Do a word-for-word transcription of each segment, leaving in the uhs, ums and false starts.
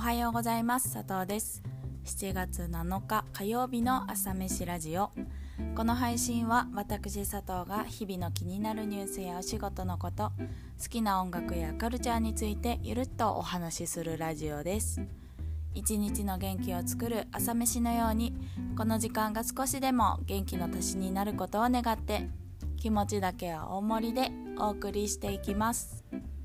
はようございます。佐藤です。しちがつなのか火曜日の朝飯ラジオ。この配信は私佐藤が日々の気になるニュースやお仕事のこと、好きな音楽やカルチャーについてゆるっとお話しするラジオです。一日の元気を作る朝飯のように、この時間が少しでも元気の足しになることを願って、気持ちだけは大盛りでお送りしていきます。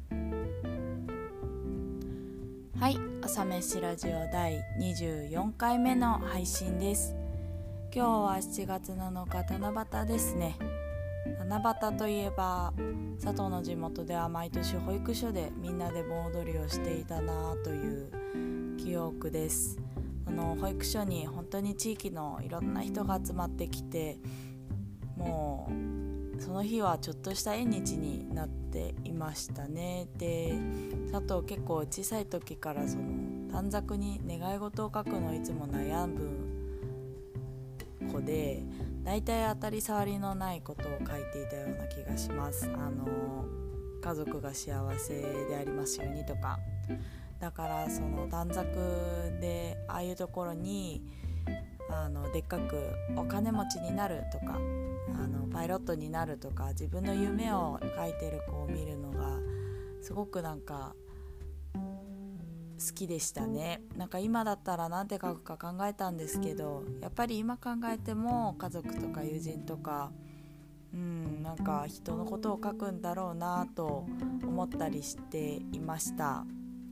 はい、朝飯ラジオだいにじゅうよんかいめの配信です。今日はしちがつなのか七夕ですね。七夕といえば佐藤の地元では毎年保育所でみんなで盆踊りをしていたなという記憶です。あの保育所に本当に地域のいろんな人が集まってきて、もうその日はちょっとした縁日になっていましたね。で、佐藤結構小さい時からその短冊に願い事を書くのをいつも悩む子で、だいたい当たり障りのないことを書いていたような気がします。あの家族が幸せでありますようにとか。だからその短冊でああいうところにあのでっかくお金持ちになるとか、あのパイロットになるとか、自分の夢を書いてる子を見るのがすごくなんか好きでしたね。なんか今だったらなんて書くか考えたんですけど、やっぱり今考えても家族とか友人とか、うんなんか人のことを書くんだろうなと思ったりしていました。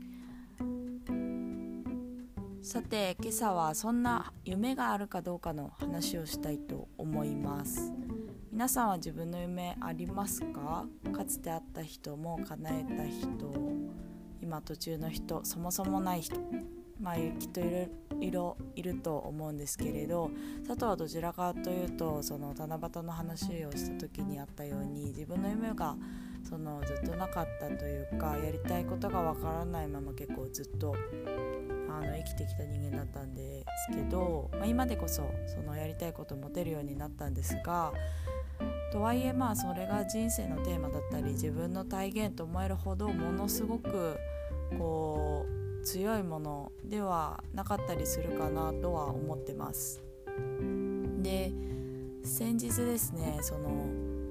さて、今朝はそんな夢があるかどうかの話をしたいと思います。皆さんは自分の夢ありますか？かつてあった人も叶えた人、今途中の人、そもそもない人、まあきっといろいろいると思うんですけれど、佐藤はどちらかというとその七夕の話をした時にあったように、自分の夢がそのずっとなかったというか、やりたいことがわからないまま結構ずっとあの生きてきた人間だったんですけど、まあ、今でこそそのやりたいことを持てるようになったんですが、とはいえまあそれが人生のテーマだったり自分の体現と思えるほどものすごくこう強いものではなかったりするかなとは思ってます。で、先日ですね、その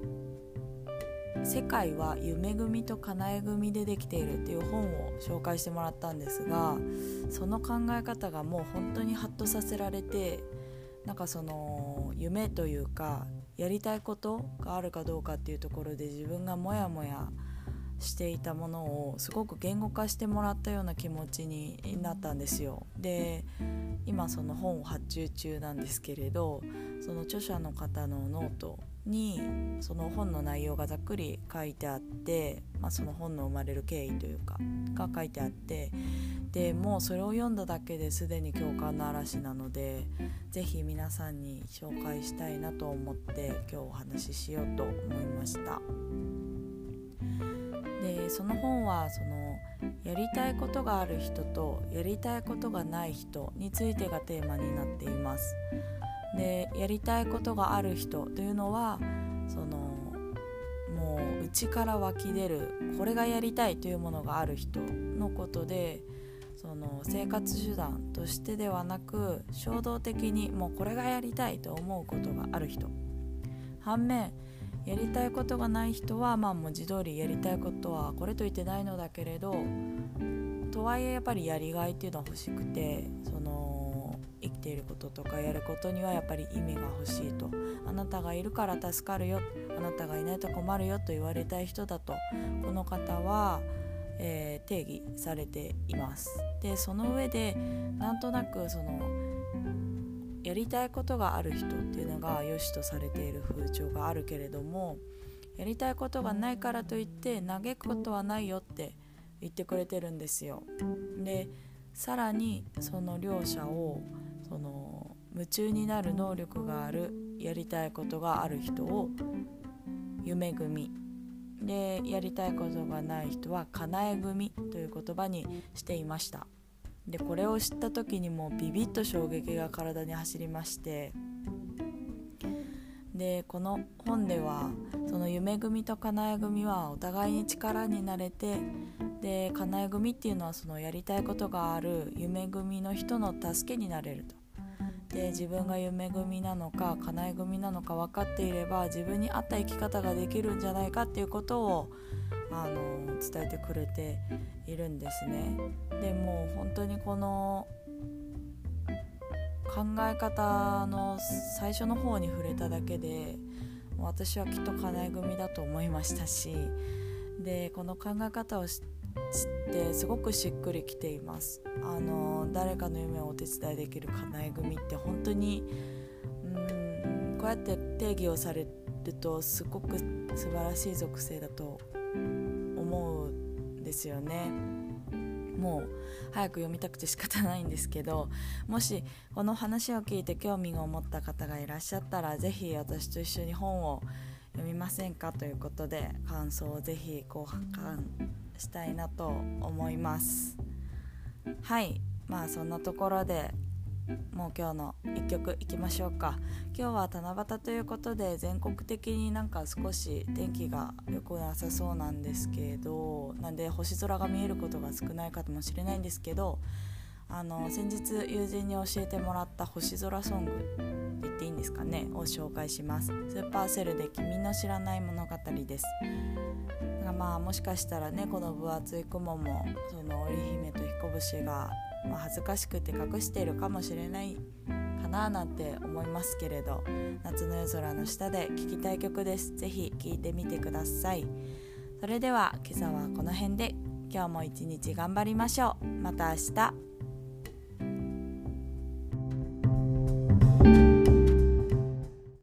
世界は夢組と叶え組でできているっていう本を紹介してもらったんですが、その考え方がもう本当にハッとさせられて、なんかその夢というかやりたいことがあるかどうかっていうところで自分がモヤモヤしていたものをすごく言語化してもらったような気持ちになったんですよ。で、今その本を発注中なんですけれど、その著者の方のノートにその本の内容がざっくり書いてあって、まあ、その本の生まれる経緯というかが書いてあって、でもうそれを読んだだけですでに共感の嵐なので、ぜひ皆さんに紹介したいなと思って今日お話ししようと思いました。で、その本はそのやりたいことがある人とやりたいことがない人についてがテーマになっています。で、やりたいことがある人というのはそのもう内から湧き出るこれがやりたいというものがある人のことで、その生活手段としてではなく衝動的にもうこれがやりたいと思うことがある人。反面やりたいことがない人はまあ文字通りやりたいことはこれと言ってないのだけれど、とはいえやっぱりやりがいっていうのは欲しくて、その生きていることとかやることにはやっぱり意味が欲しいと、あなたがいるから助かるよ、あなたがいないと困るよと言われたい人だとこの方は、えー、定義されています。で、その上でなんとなくそのやりたいことがある人っていうのが良しとされている風潮があるけれども、やりたいことがないからといって嘆くことはないよって言ってくれてるんですよ。で、さらにその両者をその夢中になる能力があるやりたいことがある人を夢組で、やりたいことがない人は叶え組という言葉にしていました。で、これを知った時にもうビビッと衝撃が体に走りまして、 でこの本ではその夢組とかなえ組はお互いに力になれて、でかなえ組っていうのはそのやりたいことがある夢組の人の助けになれると。で自分が夢組なのかかなえ組なのか分かっていれば自分に合った生き方ができるんじゃないかっていうことをあの伝えてくれているんですね。でもう本当にこの考え方の最初の方に触れただけで私はきっとかなえ組だと思いましたし、でこの考え方を知ってすごくしっくりきています。あの誰かの夢をお手伝いできるかなえ組って本当にうーんこうやって定義をされるとすごく素晴らしい属性だと思うんですよね。もう早く読みたくて仕方ないんですけど、もしこの話を聞いて興味を持った方がいらっしゃったらぜひ私と一緒に本を読みませんかということで感想をぜひ交換したいなと思います。はい、まあそんなところでもう今日のいっきょくいきましょうか。今日は七夕ということで全国的になんか少し天気が良くなさそうなんですけど、なんで星空が見えることが少ないかもしれないんですけど、あの先日友人に教えてもらった星空ソング言っていいんですかねを紹介します。スーパーセルで君の知らない物語です。まあもしかしたらねこの分厚い雲もその織姫と彦星がまあ、恥ずかしくて隠しているかもしれないかななんて思いますけれど、夏の夜空の下で聴きたい曲です。ぜひ聴いてみてください。それでは今朝はこの辺で、今日も一日頑張りましょう。また明日。